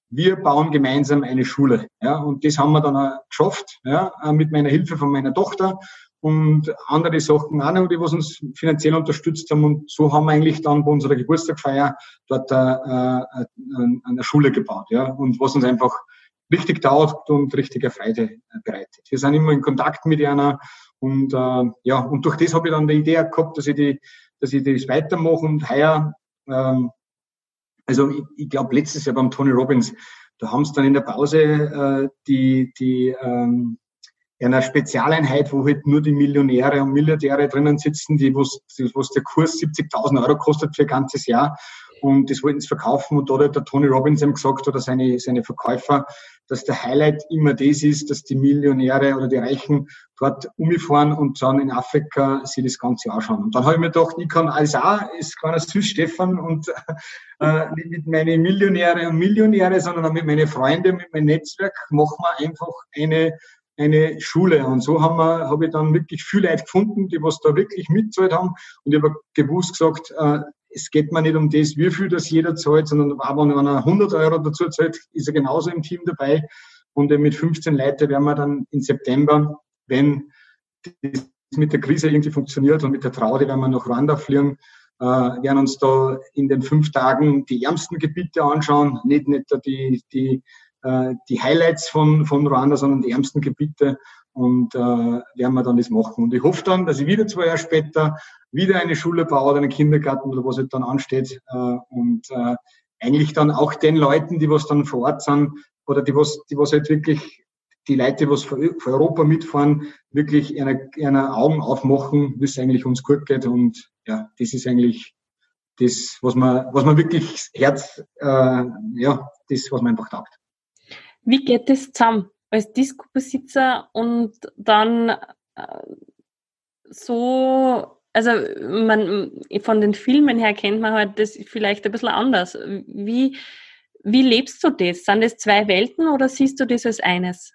wir bauen gemeinsam eine Schule. Ja, und das haben wir dann auch geschafft, ja, mit meiner Hilfe von meiner Tochter und andere Sachen auch noch, die was uns finanziell unterstützt haben. Und so haben wir eigentlich dann bei unserer Geburtstagsfeier dort eine Schule gebaut, ja, und was uns einfach richtig taugt und richtige Freude bereitet. Wir sind immer in Kontakt mit einer und ja, und durch das habe ich dann die Idee gehabt, dass ich das weitermache und heuer, also ich glaube letztes Jahr beim Tony Robbins, da haben sie dann in der Pause einer Spezialeinheit, wo halt nur die Millionäre und Milliardäre drinnen sitzen, was der Kurs 70.000 Euro kostet für ein ganzes Jahr. Und das wollten sie verkaufen. Und da hat der Tony Robbins ihm gesagt, oder seine Verkäufer, dass der Highlight immer das ist, dass die Millionäre oder die Reichen dort umfahren und dann in Afrika sich das Ganze anschauen. Und dann habe ich mir gedacht, ich kann alles auch, ist keiner süß Stefan und nicht mit meinen Millionäre und Millionäre, sondern auch mit meinen Freunden, mit meinem Netzwerk, machen wir einfach eine Schule. Und so habe ich dann wirklich viele Leute gefunden, die was da wirklich mitzahlt haben. Und ich habe gewusst gesagt, es geht mir nicht um das, wie viel das jeder zahlt, sondern auch wenn einer 100 Euro dazu zahlt, ist er genauso im Team dabei. Und mit 15 Leuten werden wir dann im September, wenn das mit der Krise irgendwie funktioniert und mit der Traude, werden wir nach Ruanda fliegen, werden uns da in den 5 Tagen die ärmsten Gebiete anschauen, nicht die Highlights von Ruanda, sondern die ärmsten Gebiete und werden wir dann das machen. Und ich hoffe dann, dass ich wieder 2 Jahre später wieder eine Schule baue oder einen Kindergarten oder was halt dann ansteht und eigentlich dann auch den Leuten, die was dann vor Ort sind oder die was halt wirklich, die Leute, die was für Europa mitfahren, wirklich ihre Augen aufmachen, wie es eigentlich uns gut geht. Und ja, das ist eigentlich das, was man wirklich das, was man einfach taugt. Wie geht das zusammen als Disco-Besitzer und dann so, also von den Filmen her kennt man halt das vielleicht ein bisschen anders. Wie lebst du das? Sind das 2 Welten oder siehst du das als eines?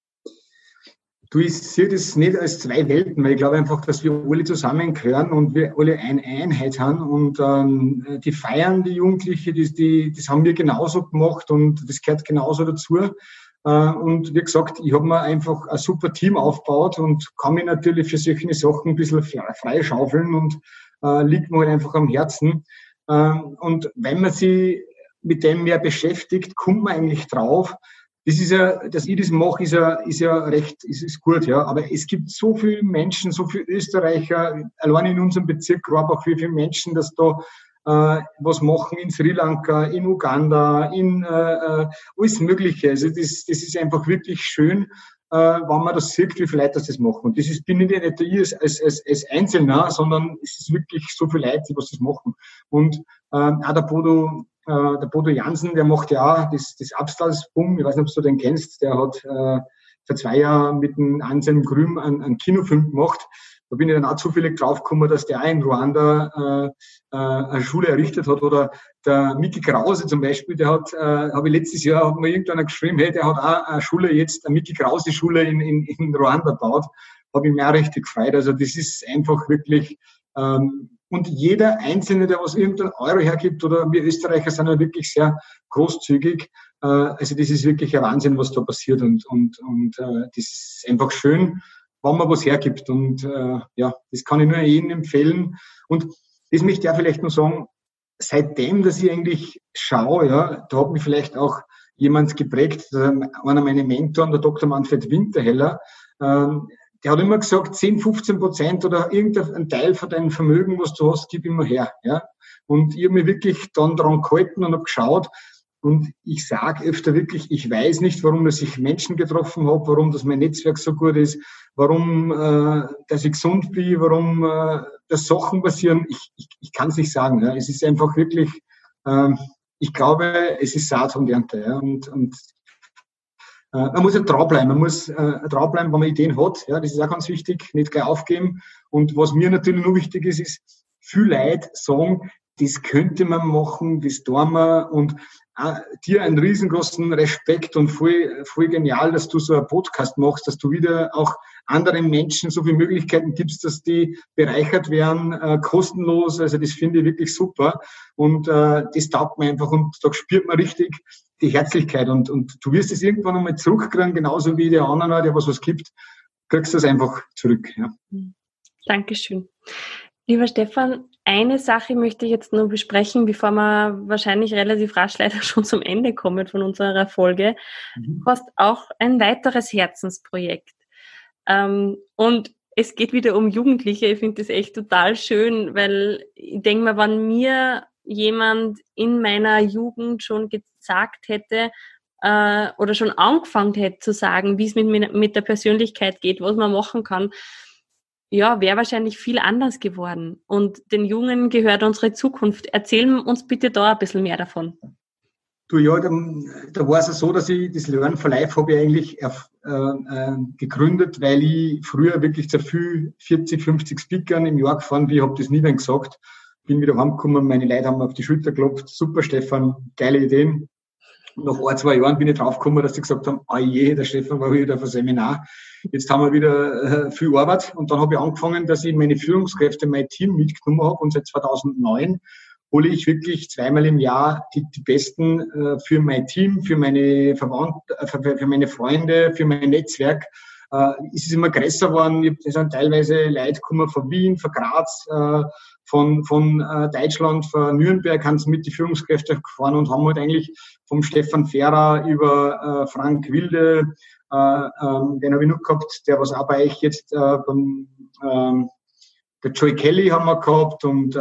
Ich sehe das nicht als 2 Welten, weil ich glaube einfach, dass wir alle zusammengehören und wir alle eine Einheit haben und die feiern, die Jugendliche, das haben wir genauso gemacht und das gehört genauso dazu. Und wie gesagt, ich habe mir einfach ein super Team aufgebaut und kann mich natürlich für solche Sachen ein bisschen freischaufeln und liegt mir halt einfach am Herzen. Und wenn man sich mit dem mehr beschäftigt, kommt man eigentlich drauf, das ist ja, dass ich das mache, ist ja recht, ist gut, ja. Aber es gibt so viele Menschen, so viele Österreicher, allein in unserem Bezirk Rohrbach, wie viele Menschen, dass da was machen in Sri Lanka, in Uganda, in alles Mögliche. Also das ist einfach wirklich schön, wenn man das sieht, wie viele Leute das machen. Und das bin nicht ich als Einzelner, sondern es ist wirklich so viele Leute, die was das machen. Und auch der Bodo Jansen, der macht ja auch das Abstalsboom, ich weiß nicht, ob du den kennst, der hat vor 2 Jahren mit dem Anselm Grüm einen Kinofilm gemacht. Da bin ich dann auch zufällig draufgekommen, dass der auch in Ruanda eine Schule errichtet hat. Oder der Micky Krause zum Beispiel, der habe ich letztes Jahr, hat mir irgendeiner geschrieben, hey, der hat auch eine Schule jetzt, eine Micky Krause Schule in Ruanda gebaut. Habe ich mir auch richtig gefreut. Also das ist einfach wirklich, und jeder Einzelne, der was irgendeinen Euro hergibt, oder wir Österreicher sind ja wirklich sehr großzügig. Also das ist wirklich ein Wahnsinn, was da passiert und das ist einfach schön, wenn man was hergibt. Und das kann ich nur jedem empfehlen. Und das möchte ich auch vielleicht noch sagen, seitdem, dass ich eigentlich schaue, ja, da hat mich vielleicht auch jemand geprägt, einer meiner Mentoren, der Dr. Manfred Winterheller, der hat immer gesagt, 10-15% oder irgendein Teil von deinem Vermögen, was du hast, gib immer her. Ja? Und ich habe mich wirklich dann dran gehalten und habe geschaut. Und ich sage öfter wirklich, ich weiß nicht, warum dass ich Menschen getroffen habe, warum dass mein Netzwerk so gut ist, warum dass ich gesund bin, warum dass Sachen passieren. Ich kann es nicht sagen. Ja? Es ist einfach wirklich, ich glaube, es ist Saat und Ernte. Ja? Und man muss ja dranbleiben. Man muss dranbleiben, wenn man Ideen hat. Ja, das ist auch ganz wichtig. Nicht gleich aufgeben. Und was mir natürlich nur wichtig ist, viele Leute sagen, das könnte man machen, das tun wir. Und dir einen riesengroßen Respekt und voll genial, dass du so einen Podcast machst, dass du wieder auch anderen Menschen so viele Möglichkeiten gibst, dass die bereichert werden, kostenlos. Also das finde ich wirklich super. Und das taugt mir einfach. Und da spürt man richtig, die Herzlichkeit und du wirst es irgendwann einmal zurückkriegen, genauso wie der andere, der was gibt, kriegst du es einfach zurück. Ja. Dankeschön. Lieber Stefan, eine Sache möchte ich jetzt nur besprechen, bevor wir wahrscheinlich relativ rasch leider schon zum Ende kommen von unserer Folge. Du hast auch ein weiteres Herzensprojekt. Und es geht wieder um Jugendliche. Ich finde das echt total schön, weil ich denke mal, wenn mir jemand in meiner Jugend schon gesagt hätte oder schon angefangen hätte zu sagen, wie es mit der Persönlichkeit geht, was man machen kann, ja, wäre wahrscheinlich viel anders geworden. Und den Jungen gehört unsere Zukunft. Erzähl uns bitte da ein bisschen mehr davon. Du, ja, da war es so, dass ich das Learn for Life habe ich eigentlich gegründet, weil ich früher wirklich zu viel 40, 50 Speakern im Jahr gefahren bin. Ich habe das nie dann gesagt. Bin wieder heimgekommen, meine Leute haben mir auf die Schulter geklopft. Super, Stefan, geile Ideen. Nach 2 Jahren bin ich draufgekommen, dass die gesagt haben, oh je, der Stefan war wieder auf einem Seminar. Jetzt haben wir wieder viel Arbeit. Und dann habe ich angefangen, dass ich meine Führungskräfte, mein Team mitgenommen habe. Und seit 2009 hole ich wirklich 2-mal im Jahr die Besten für mein Team, für meine Verwandten, für meine Freunde, für mein Netzwerk. Ist es immer größer geworden. Es sind teilweise Leute gekommen von Wien, von Graz, von Deutschland, von Nürnberg, haben sie mit die Führungskräfte gefahren und haben halt eigentlich vom Stefan Ferrer über Frank Wilde, den habe ich noch gehabt, der was auch bei euch jetzt, der Joey Kelly haben wir gehabt und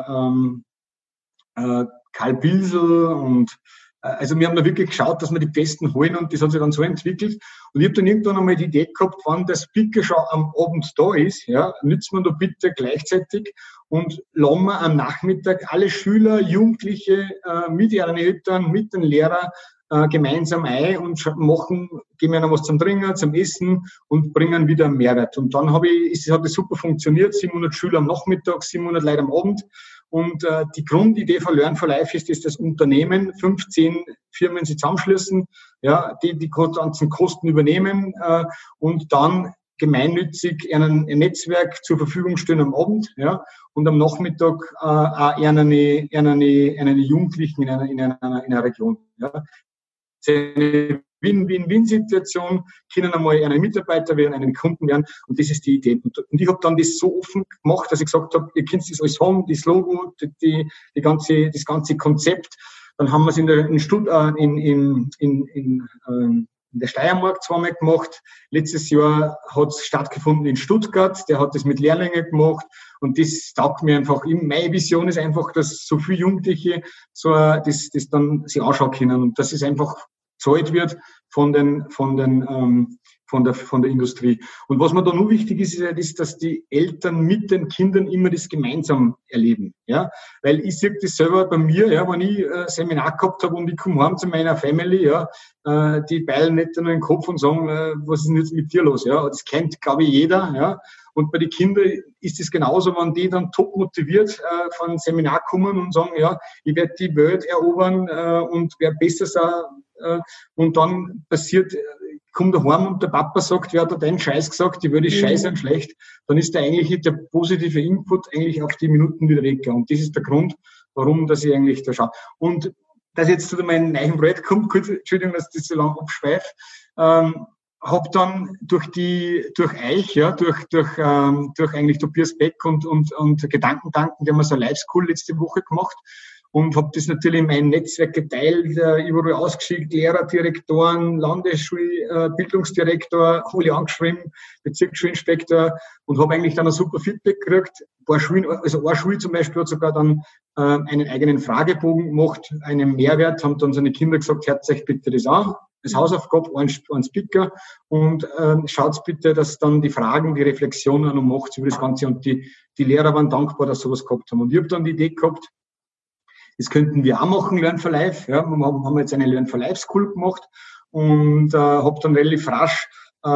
Karl Bilsel und also wir haben da wirklich geschaut, dass wir die Besten holen und das hat sich dann so entwickelt. Und ich habe dann irgendwann einmal die Idee gehabt, wenn der Speaker schon am Abend da ist, ja, nützen wir da bitte gleichzeitig und laden wir am Nachmittag alle Schüler, Jugendliche mit ihren Eltern, mit den Lehrern gemeinsam ein und geben ihnen was zum Trinken, zum Essen und bringen wieder einen Mehrwert. Und dann hat das super funktioniert, 700 Schüler am Nachmittag, 700 Leute am Abend. Und die Grundidee von Learn for Life ist, dass das Unternehmen 15 Firmen sich zusammenschließen, ja, die ganzen Kosten übernehmen und dann gemeinnützig ein Netzwerk zur Verfügung stellen am Abend, ja, und am Nachmittag auch eine Jugendlichen in einer Region. Ja. Eine Win-Win-Win-Situation, können einmal einen Mitarbeiter werden, einen Kunden werden und das ist die Idee. Und ich habe dann das so offen gemacht, dass ich gesagt habe, ihr könnt das alles haben, das Logo, das ganze Konzept. Dann haben wir es in der Steiermark 2-mal gemacht. Letztes Jahr hat es stattgefunden in Stuttgart. Der hat das mit Lehrlingen gemacht. Und das taugt mir einfach. Meine Vision ist einfach, dass so viele Jugendliche das dann sich anschauen können. Und dass es einfach gezahlt wird von der Industrie. Und was mir da nur wichtig ist, dass die Eltern mit den Kindern immer das gemeinsam erleben. Ja, weil ich sehe das selber bei mir, ja, wenn ich ein Seminar gehabt habe und ich komme heim zu meiner Family, ja, die beilen nicht nur den Kopf und sagen, was ist denn jetzt mit dir los? Ja, das kennt, glaube ich, jeder. Ja. Und bei den Kindern ist es genauso, wenn die dann top motiviert von einem Seminar kommen und sagen, ja, ich werde die Welt erobern und werde besser sein. Und dann kommt er heim und der Papa sagt, wer hat da deinen Scheiß gesagt, die Welt ist scheiße und schlecht, dann ist der positive Input eigentlich auf die Minuten wieder weg. Und das ist der Grund, warum dass ich eigentlich da schaue. Und dass jetzt zu meinem neuen Projekt kommt, kurz, Entschuldigung, dass das so lang abschweife, habe dann durch euch, ja, durch eigentlich Tobias Beck und Gedankentanken, die haben wir so eine Live-School letzte Woche gemacht und habe das natürlich in meinem Netzwerk geteilt, überall ausgeschickt, Lehrer, Direktoren, Bildungsdirektor, alle angeschrieben, Bezirksschulinspektor und habe eigentlich dann ein super Feedback gekriegt. Ein paar Schulen, also eine Schule zum Beispiel hat sogar dann einen eigenen Fragebogen gemacht, einen Mehrwert, haben dann seine Kinder gesagt, hört euch bitte das an. Als Hausaufgabe, ein Speaker und schaut bitte, dass dann die Fragen, die Reflexionen noch macht über das Ganze und die Lehrer waren dankbar, dass sie sowas gehabt haben. Und ich habe dann die Idee gehabt, das könnten wir auch machen, Learn for Life. Ja, wir haben jetzt eine Learn for Life School gemacht und habe dann relativ rasch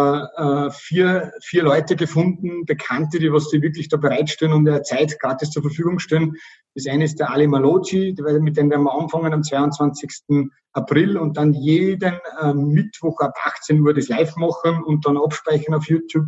4 Leute gefunden, Bekannte, die wirklich da bereitstellen und der Zeit gratis zur Verfügung stellen. Das eine ist der Ali Maloji, mit dem werden wir anfangen am 22. April und dann jeden Mittwoch ab 18 Uhr das live machen und dann abspeichern auf YouTube.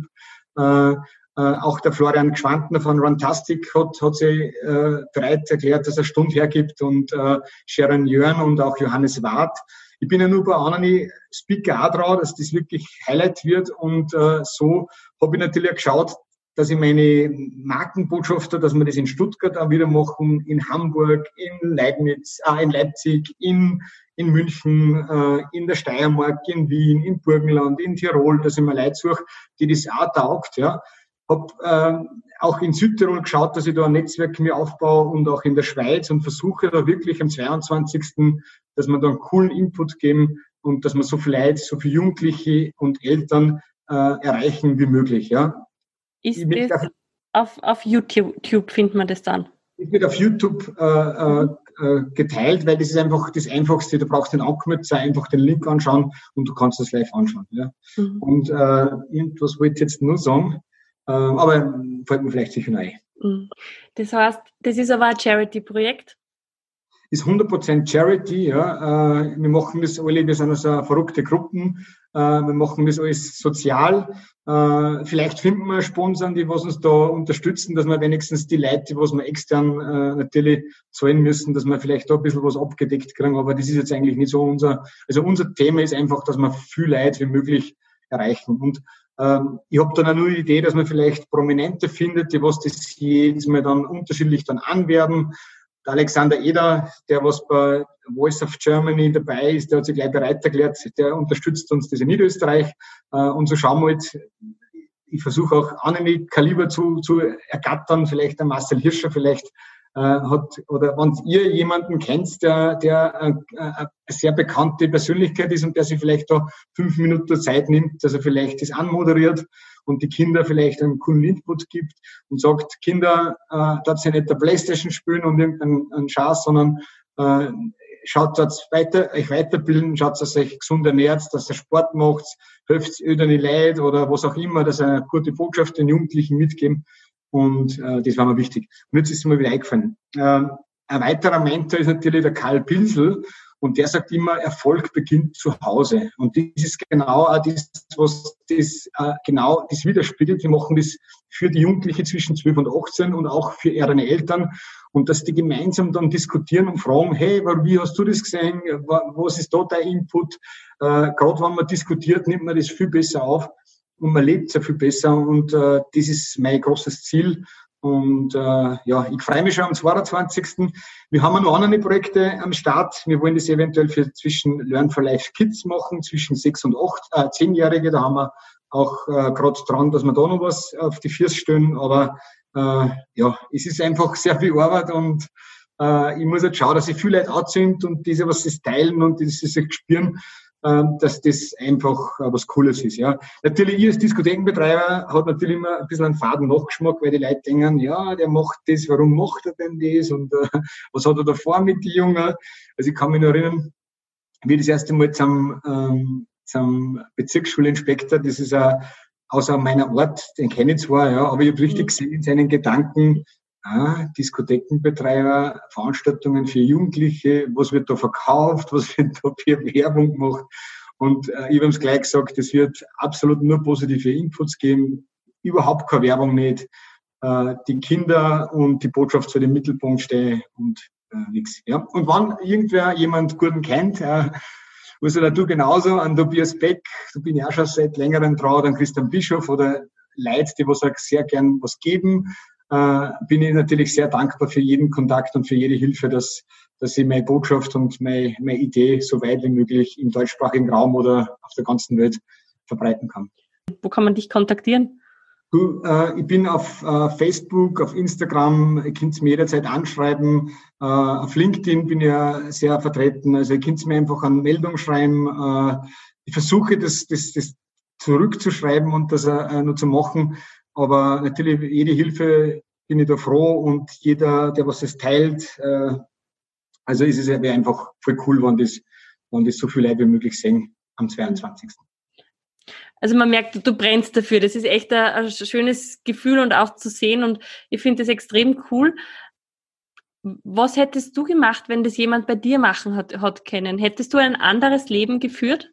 Auch der Florian Gschwandner von Runtastic hat sich bereit erklärt, dass er eine Stunde hergibt und Sharon Jörn und auch Johannes Ward. Ich bin ja nur bei anderen Speaker auch drauf, dass das wirklich Highlight wird. Und so habe ich natürlich auch geschaut, dass ich meine Markenbotschafter, dass wir das in Stuttgart auch wieder machen, in Hamburg, in Leibniz, in Leipzig, in München, in der Steiermark, in Wien, in Burgenland, in Tirol, dass ich mir Leute suche, die das auch taugt, ja. Hab auch in Südtirol geschaut, dass ich da ein Netzwerk mir aufbaue und auch in der Schweiz und versuche da wirklich am 22., dass wir da einen coolen Input geben und dass wir so viele Leute, so viele Jugendliche und Eltern erreichen wie möglich, ja. Ist das auf YouTube findet man das dann? Es wird auf YouTube geteilt, weil das ist einfach das Einfachste. Du brauchst den Anknüpfer, einfach den Link anschauen und du kannst das live anschauen. Ja. Mhm. Und irgendwas wollte ich jetzt nur sagen, aber fällt mir vielleicht sicher noch ein. Das heißt, das ist aber ein Charity-Projekt? Ist 100% Charity, ja. Wir machen das alle, wir sind also verrückte Gruppen. Wir machen das alles sozial. Vielleicht finden wir Sponsoren, die was uns da unterstützen, dass wir wenigstens die Leute, die was wir extern natürlich zahlen müssen, dass wir vielleicht da ein bisschen was abgedeckt kriegen. Aber das ist jetzt eigentlich nicht so unser Thema ist einfach, dass wir viel Leute wie möglich erreichen. Und ich habe dann auch nur die Idee, dass man vielleicht Prominente findet, die was das jedes Mal dann unterschiedlich dann anwerben. Der Alexander Eder, der was bei Voice of Germany dabei ist, der hat sich gleich bereit erklärt, der unterstützt uns das in Niederösterreich. Und so schauen wir jetzt, ich versuche auch andere Kaliber zu ergattern, vielleicht der Marcel Hirscher vielleicht oder wenn ihr jemanden kennt, der eine sehr bekannte Persönlichkeit ist und der sich vielleicht da 5 Minuten Zeit nimmt, dass er vielleicht das anmoderiert und die Kinder vielleicht einen coolen Input gibt und sagt, Kinder, dort sind nicht der Playstation spielen und irgendeinen Schatz, sondern schaut dort euch weiterbilden, schaut, dass ihr euch gesund ernährt, dass ihr Sport macht, hilft öderne Leid oder was auch immer, dass ihr eine gute Botschaft den Jugendlichen mitgeben. Und das war mir wichtig. Und jetzt ist es mir wieder eingefallen. Ein weiterer Mentor ist natürlich der Karl Pinsel. Und der sagt immer, Erfolg beginnt zu Hause. Und das ist genau das, was das genau das widerspiegelt. Wir machen das für die Jugendliche zwischen 12 und 18 und auch für ihre Eltern. Und dass die gemeinsam dann diskutieren und fragen, hey, wie hast du das gesehen? Was ist da dein Input? Gerade wenn man diskutiert, nimmt man das viel besser auf und man lebt sehr viel besser. Und das ist mein großes Ziel. Und ich freue mich schon am 22. Wir haben noch andere Projekte am Start. Wir wollen das eventuell für zwischen Learn for Life Kids machen, zwischen 6 und 10-Jährige. Da haben wir auch gerade dran, dass wir da noch was auf die Füße stellen. Aber es ist einfach sehr viel Arbeit und ich muss jetzt schauen, dass ich viele Leute anzünden und diese, was sie teilen und das sie sich spüren, dass das einfach was Cooles ist, ja. Natürlich, ich als Diskothekenbetreiber hat natürlich immer ein bisschen einen faden Nachgeschmack, weil die Leute denken, ja, der macht das, warum macht er denn das und was hat er da vor mit den Jungen? Also ich kann mich noch erinnern, wie ich das erste Mal zum Bezirksschulinspektor, das ist außer meiner Ort, den kenne ich zwar, ja, aber ich habe richtig gesehen in seinen Gedanken, Diskothekenbetreiber, Veranstaltungen für Jugendliche, was wird da verkauft, was wird da für Werbung gemacht. Und ich habe es gleich gesagt, es wird absolut nur positive Inputs geben, überhaupt keine Werbung nicht. Die Kinder und die Botschaft soll im Mittelpunkt stehen und nichts. Ja. Und wenn jemand Guten kennt, Ursula, du genauso, an Tobias Beck, da bin ich auch schon seit längerem dran, an Christian Bischof oder Leute, die was auch sehr gern was geben, bin ich natürlich sehr dankbar für jeden Kontakt und für jede Hilfe, dass ich meine Botschaft und meine Idee so weit wie möglich im deutschsprachigen Raum oder auf der ganzen Welt verbreiten kann. Wo kann man dich kontaktieren? Ich bin auf Facebook, auf Instagram, ihr könnt mir jederzeit anschreiben. Auf LinkedIn bin ich ja sehr vertreten. Also ihr könnt mir einfach eine Meldung schreiben. Ich versuche das zurückzuschreiben und das nur zu machen. Aber natürlich, jede Hilfe bin ich da froh und jeder, der was das teilt, also ist es wäre einfach voll cool, wenn das so viele Leute wie möglich sehen am 22. Also man merkt, du brennst dafür. Das ist echt ein schönes Gefühl und auch zu sehen und ich finde das extrem cool. Was hättest du gemacht, wenn das jemand bei dir machen hat können? Hättest du ein anderes Leben geführt?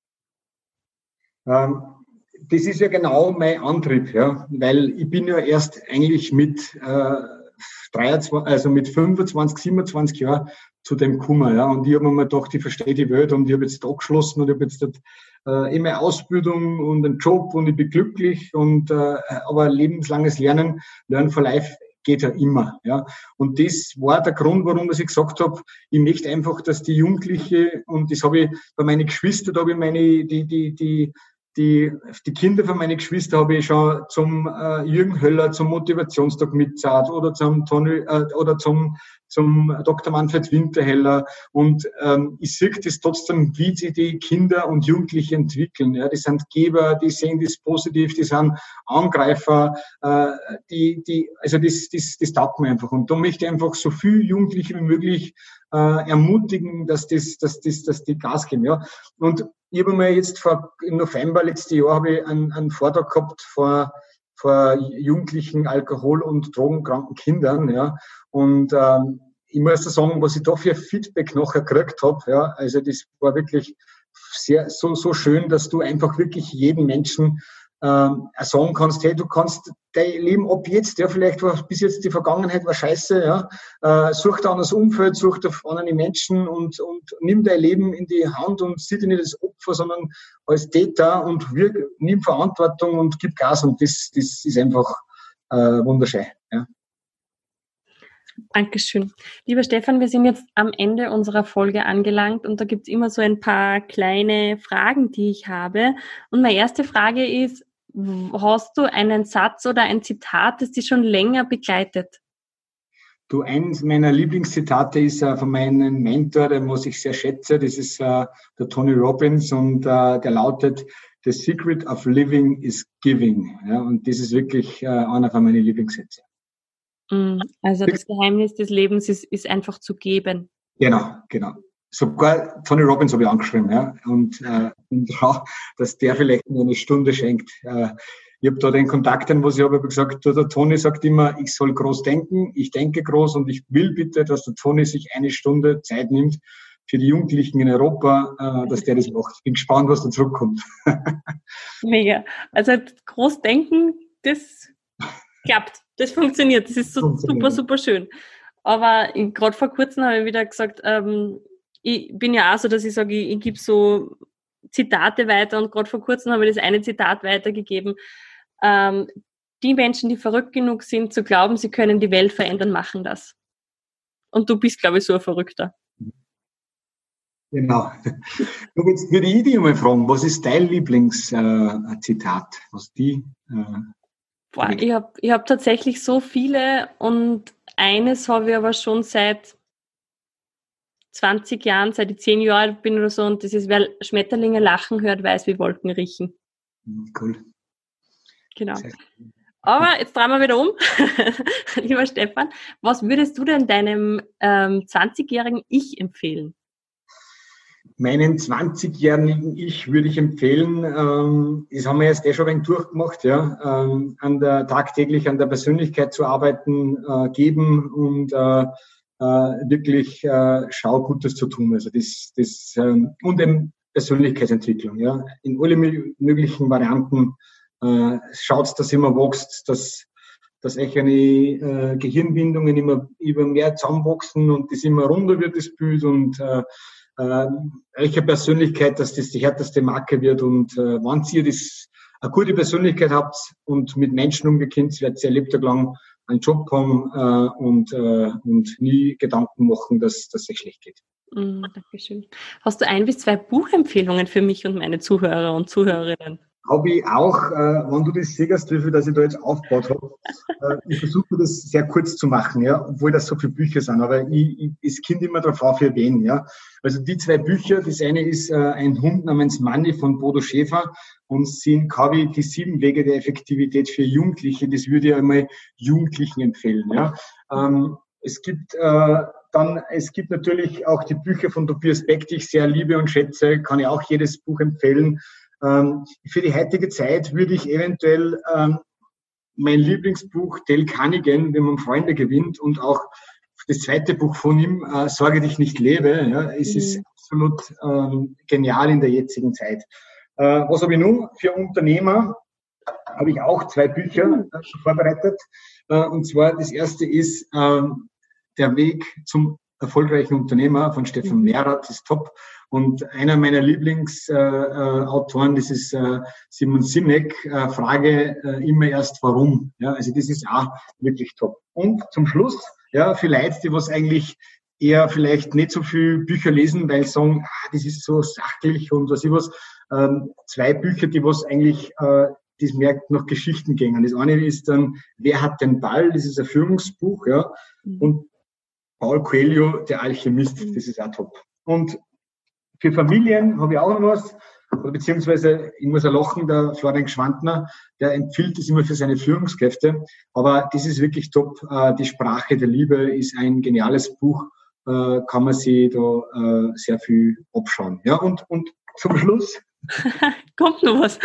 Das ist ja genau mein Antrieb, ja, weil ich bin ja erst eigentlich mit 25, 27 Jahren zu dem Kummer. Ja. Und ich habe mir mal gedacht, ich verstehe die Welt und ich habe jetzt abgeschlossen und ich habe jetzt immer Ausbildung und einen Job und ich bin glücklich und aber lebenslanges Lernen, Learn for Life geht ja immer. Ja. Und das war der Grund, warum ich gesagt habe, ich möchte einfach, dass die Jugendliche, und das habe ich bei meinen Geschwistern, da habe ich die Kinder von meinen Geschwistern habe ich schon zum Jürgen Höller zum Motivationstag mitzahlt oder zum Tony oder zum Dr. Manfred Winterheller. Und ich sehe das trotzdem, wie sich die Kinder und Jugendliche entwickeln. Ja, die sind Geber, die sehen das positiv, die sind Angreifer, also das taugt mir einfach. Und da möchte ich einfach so viel Jugendliche wie möglich ermutigen, dass die Gas geben. Ja. Und ich habe mir jetzt im November letztes Jahr habe ich einen Vortrag gehabt vor jugendlichen Alkohol- und drogenkranken Kindern, ja. Und ich muss da sagen, was ich da für Feedback nachher gekriegt habe, ja, also das war wirklich so schön, dass du einfach wirklich jeden Menschen sagen kannst, hey, du kannst dein Leben ab jetzt, ja, vielleicht war bis jetzt die Vergangenheit war scheiße, ja, such dir ein anderes Umfeld, such dir andere Menschen und nimm dein Leben in die Hand und sieh dich nicht als Opfer, sondern als Täter und nimm Verantwortung und gib Gas und das ist einfach wunderschön, ja. Dankeschön. Lieber Stefan, wir sind jetzt am Ende unserer Folge angelangt und da gibt es immer so ein paar kleine Fragen, die ich habe. Und meine erste Frage ist, hast du einen Satz oder ein Zitat, das dich schon länger begleitet? Du, eins meiner Lieblingszitate ist von meinem Mentor, den was ich sehr schätze, das ist der Tony Robbins und der lautet, The secret of living is giving. Ja, und das ist wirklich einer von meinen Lieblingssätzen. Also das Geheimnis des Lebens ist einfach zu geben. Genau. Sogar Tony Robbins habe ich angeschrieben, ja, und dass der vielleicht nur eine Stunde schenkt. Ich habe da den Kontakt, den was ich habe gesagt, der Tony sagt immer, ich soll groß denken, ich denke groß und ich will bitte, dass der Tony sich eine Stunde Zeit nimmt für die Jugendlichen in Europa, dass der das macht. Ich bin gespannt, was da zurückkommt. Mega. Also groß denken, das klappt. Das funktioniert, das ist so super schön. Aber gerade vor kurzem habe ich wieder gesagt, ich bin ja auch so, dass ich sage, ich gebe so Zitate weiter und gerade vor kurzem habe ich das eine Zitat weitergegeben. Die Menschen, die verrückt genug sind, zu glauben, sie können die Welt verändern, machen das. Und du bist, glaube ich, so ein Verrückter. Genau. Jetzt würde ich dich mal fragen, was ist dein Lieblingszitat? Boah, ich hab tatsächlich so viele und eines habe ich aber schon seit 20 Jahren, seit ich 10 Jahre alt bin oder so, und das ist, wer Schmetterlinge lachen hört, weiß, wie Wolken riechen. Cool. Genau. Aber jetzt drehen wir wieder um. Lieber Stefan, was würdest du denn deinem 20-jährigen Ich empfehlen? Meinen 20-jährigen Ich würde ich empfehlen, das haben wir jetzt schon ein wenig durchgemacht, ja, tagtäglich an der Persönlichkeit zu arbeiten, geben und wirklich schau Gutes zu tun. Also und eben Persönlichkeitsentwicklung, ja, in alle möglichen Varianten. Schaut, dass immer wächst, dass euch eine Gehirnbindungen immer mehr zusammenwachsen und das immer runder wird, das Bild, und welche Persönlichkeit, dass das die härteste Marke wird, und wenn ihr eine gute Persönlichkeit habt und mit Menschen umgekennt, werdet ihr lebt lang einen Job haben und nie Gedanken machen, dass es euch schlecht geht. Dankeschön. Hast du 1 bis 2 Buchempfehlungen für mich und meine Zuhörer und Zuhörerinnen? Habe ich auch, wenn du das siehst, wie viel das ich da jetzt aufgebaut habe. Ich versuche das sehr kurz zu machen, ja, obwohl das so viele Bücher sind, aber es kommt immer darauf auf, für wen, ja. Also die 2 Bücher, das eine ist ein Hund namens Manni von Bodo Schäfer und sind KW die 7 Wege der Effektivität für Jugendliche. Das würde ich einmal Jugendlichen empfehlen, ja. Es gibt natürlich auch die Bücher von Tobias Beck, die ich sehr liebe und schätze, kann ich auch jedes Buch empfehlen. Für die heutige Zeit würde ich eventuell mein Lieblingsbuch Dale Carnegie, wenn man Freunde gewinnt, und auch das zweite Buch von ihm, Sorge dich nicht lebe. Ja, es ist absolut genial in der jetzigen Zeit. Was habe ich nun für Unternehmer? Habe ich auch 2 Bücher vorbereitet. Und zwar das erste ist Der Weg zum erfolgreichen Unternehmer von Stefan Merath ist top. Und einer meiner Lieblingsautoren, das ist Simon Sinek, Frage immer erst warum. Ja, also das ist auch wirklich top. Und zum Schluss, ja, für Leute, die was eigentlich eher vielleicht nicht so viel Bücher lesen, weil sie sagen, das ist so sachlich und was ich was. 2 Bücher, die was eigentlich, das merkt nach Geschichten gehen. Das eine ist dann, Wer hat den Ball? Das ist ein Führungsbuch, ja. Und Paulo Coelho, der Alchemist, das ist auch top. Und für Familien habe ich auch noch was, oder beziehungsweise, ich muss auch lachen, der Florian Gschwandner, der empfiehlt das immer für seine Führungskräfte, aber das ist wirklich top. Die Sprache der Liebe ist ein geniales Buch, kann man sich da sehr viel abschauen. Ja, und zum Schluss kommt noch was.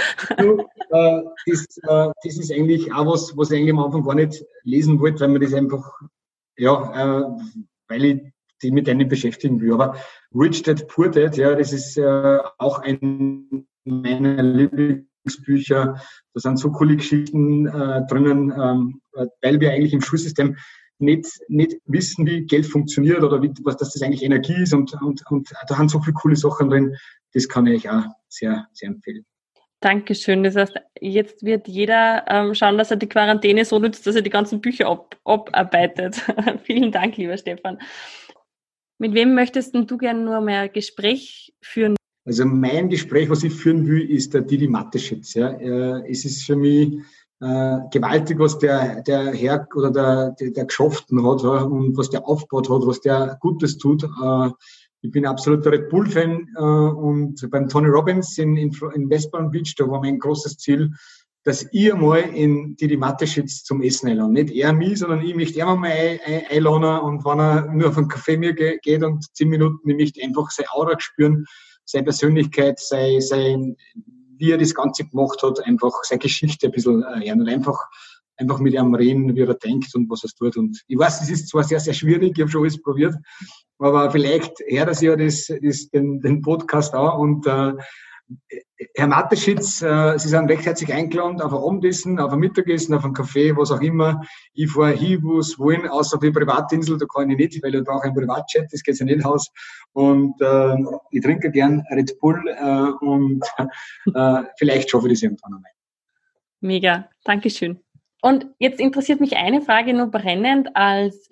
Das ist eigentlich auch was ich eigentlich am Anfang gar nicht lesen wollte, weil man das einfach, ja, weil ich die mit denen beschäftigen will. Aber Rich Dad, Poor Dad, ja, das ist auch ein meiner Lieblingsbücher. Da sind so coole Geschichten drinnen, weil wir eigentlich im Schulsystem nicht wissen, wie Geld funktioniert oder dass das eigentlich Energie ist und da sind so viele coole Sachen drin. Das kann ich auch sehr, sehr empfehlen. Dankeschön. Das heißt, jetzt wird jeder schauen, dass er die Quarantäne so nutzt, dass er die ganzen Bücher abarbeitet. Vielen Dank, lieber Stefan. Mit wem möchtest du gerne nur mehr Gespräch führen? Also mein Gespräch, was ich führen will, ist der Didi Mateschitz. Ja. Es ist für mich gewaltig, was der Herr oder der geschafft hat und was der aufgebaut hat, was der Gutes tut. Ich bin absoluter Red Bull-Fan und beim Tony Robbins in West Palm Beach, da war mein großes Ziel, dass ich mal in Didi Mateschitz zum Essen einladen. Nicht er mich, sondern ich möchte ihn mal einladen und wenn er nur auf einen Kaffee mir geht und 10 Minuten, ich möchte einfach seine Aura spüren, seine Persönlichkeit, wie er das Ganze gemacht hat, einfach seine Geschichte ein bisschen hören und einfach mit ihm reden, wie er denkt und was er tut. Und ich weiß, es ist zwar sehr, sehr schwierig, ich habe schon alles probiert, aber vielleicht hört er sich ja den Podcast an und Herr Mateschitz, Sie sind recht herzlich eingeladen auf ein Abendessen, auf ein Mittagessen, auf einen Kaffee, was auch immer. Ich fahre hin, wo es wollen, außer auf die Privatinsel, da kann ich nicht, weil ich brauche einen Privatjet, das geht ja nicht aus. Und ich trinke gern Red Bull und vielleicht schaffe ich das irgendwann einmal. Mega, Dankeschön. Und jetzt interessiert mich eine Frage nur brennend als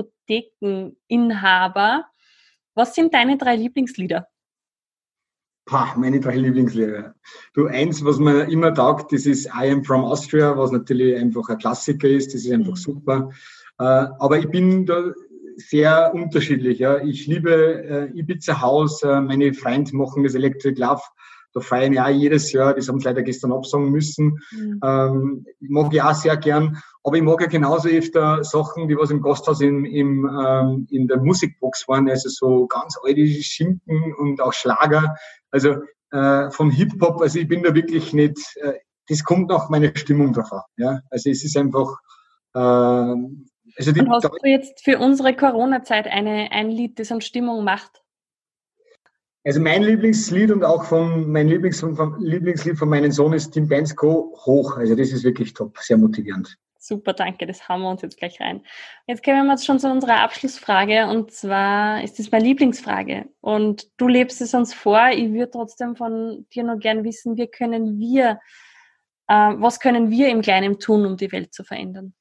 Diskothekeninhaber. Was sind deine 3 Lieblingslieder? Meine 3 Lieblingslieder. Du, eins, was mir immer taugt, das ist I Am From Austria, was natürlich einfach ein Klassiker ist, das ist einfach super. Aber ich bin da sehr unterschiedlich. Ja. Ich liebe Ibiza House, meine Freunde machen das Electric Love, da feiern ja jedes Jahr, das haben sie leider gestern absagen müssen. Mag ich auch sehr gern, aber ich mag ja genauso öfter Sachen, die was im Gasthaus in der Musikbox waren, also so ganz alte Schinken und auch Schlager, also von Hip-Hop, also ich bin da wirklich nicht, das kommt nach meiner Stimmung drauf an, ja, also es ist einfach, und hast du jetzt für unsere Corona-Zeit ein Lied, das uns Stimmung macht? Also mein Lieblingslied und auch mein Lieblingslied von meinem Sohn ist Tim Bensko, Hoch. Also das ist wirklich top, sehr motivierend. Super, danke, das hauen wir uns jetzt gleich rein. Jetzt kommen wir jetzt schon zu unserer Abschlussfrage und zwar ist das meine Lieblingsfrage und du lebst es uns vor. Ich würde trotzdem von dir noch gern wissen, was können wir im Kleinen tun, um die Welt zu verändern?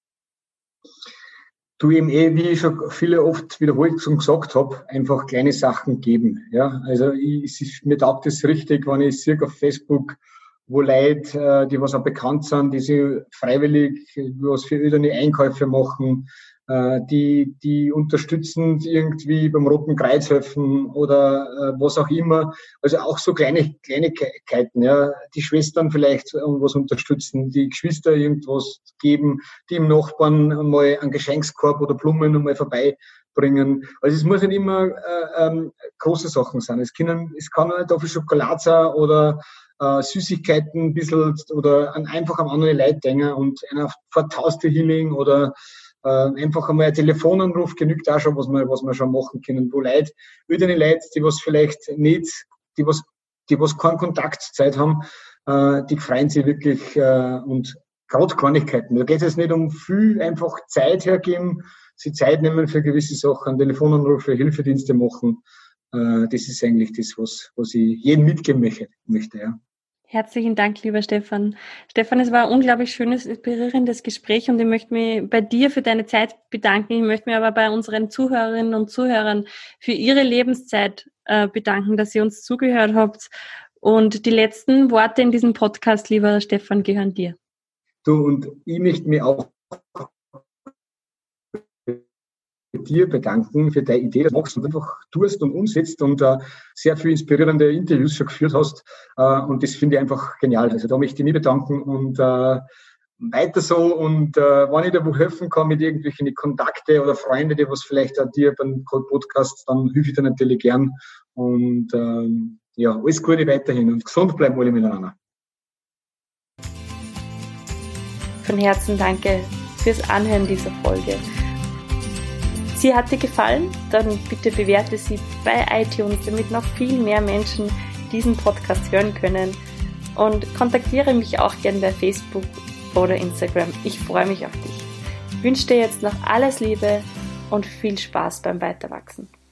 Du eben wie ich schon oft wiederholt schon gesagt habe, einfach kleine Sachen geben. Ja, also mir taugt es richtig, wenn ich sehe auf Facebook, wo Leute, die was auch bekannt sind, die sich freiwillig was für öderne Einkäufe machen, die unterstützend irgendwie beim Roten Kreuz helfen oder was auch immer. Also auch so Kleinigkeiten, ja. Die Schwestern vielleicht irgendwas unterstützen, die Geschwister irgendwas geben, die im Nachbarn mal einen Geschenkskorb oder Blumen mal vorbeibringen. Also es muss nicht immer große Sachen sein. Es kann eine Tafel Schokolade sein oder Süßigkeiten ein bisschen oder einfach am anderen Leute denken und einer Taste Healing oder einfach einmal ein Telefonanruf genügt auch schon, was wir schon machen können, wo Leute, öderne Leute, die was vielleicht nicht, die was keine Kontaktzeit haben, die freuen sich wirklich und gerade Kleinigkeiten. Da geht es nicht um viel, einfach Zeit hergeben, sich Zeit nehmen für gewisse Sachen, Telefonanrufe, Hilfedienste machen. Das ist eigentlich das, was ich jedem mitgeben möchte. Ja. Herzlichen Dank, lieber Stefan. Stefan, es war ein unglaublich schönes, inspirierendes Gespräch und ich möchte mich bei dir für deine Zeit bedanken. Ich möchte mich aber bei unseren Zuhörerinnen und Zuhörern für ihre Lebenszeit bedanken, dass ihr uns zugehört habt. Und die letzten Worte in diesem Podcast, lieber Stefan, gehören dir. Du, und ich möchte mich auch dir bedanken für deine Idee, dass du machst und einfach tust und umsetzt und sehr viele inspirierende Interviews schon geführt hast. Und das finde ich einfach genial. Also da möchte ich mich bedanken und weiter so. Und wenn ich dir wo helfen kann mit irgendwelchen Kontakte oder Freunde, die was vielleicht an dir beim Podcast, dann helfe ich dir natürlich gern. Und ja, alles Gute weiterhin und gesund bleiben alle miteinander. Von Herzen danke fürs Anhören dieser Folge. Sie hat dir gefallen? Dann bitte bewerte sie bei iTunes, damit noch viel mehr Menschen diesen Podcast hören können. Und kontaktiere mich auch gerne bei Facebook oder Instagram. Ich freue mich auf dich. Ich wünsche dir jetzt noch alles Liebe und viel Spaß beim Weiterwachsen.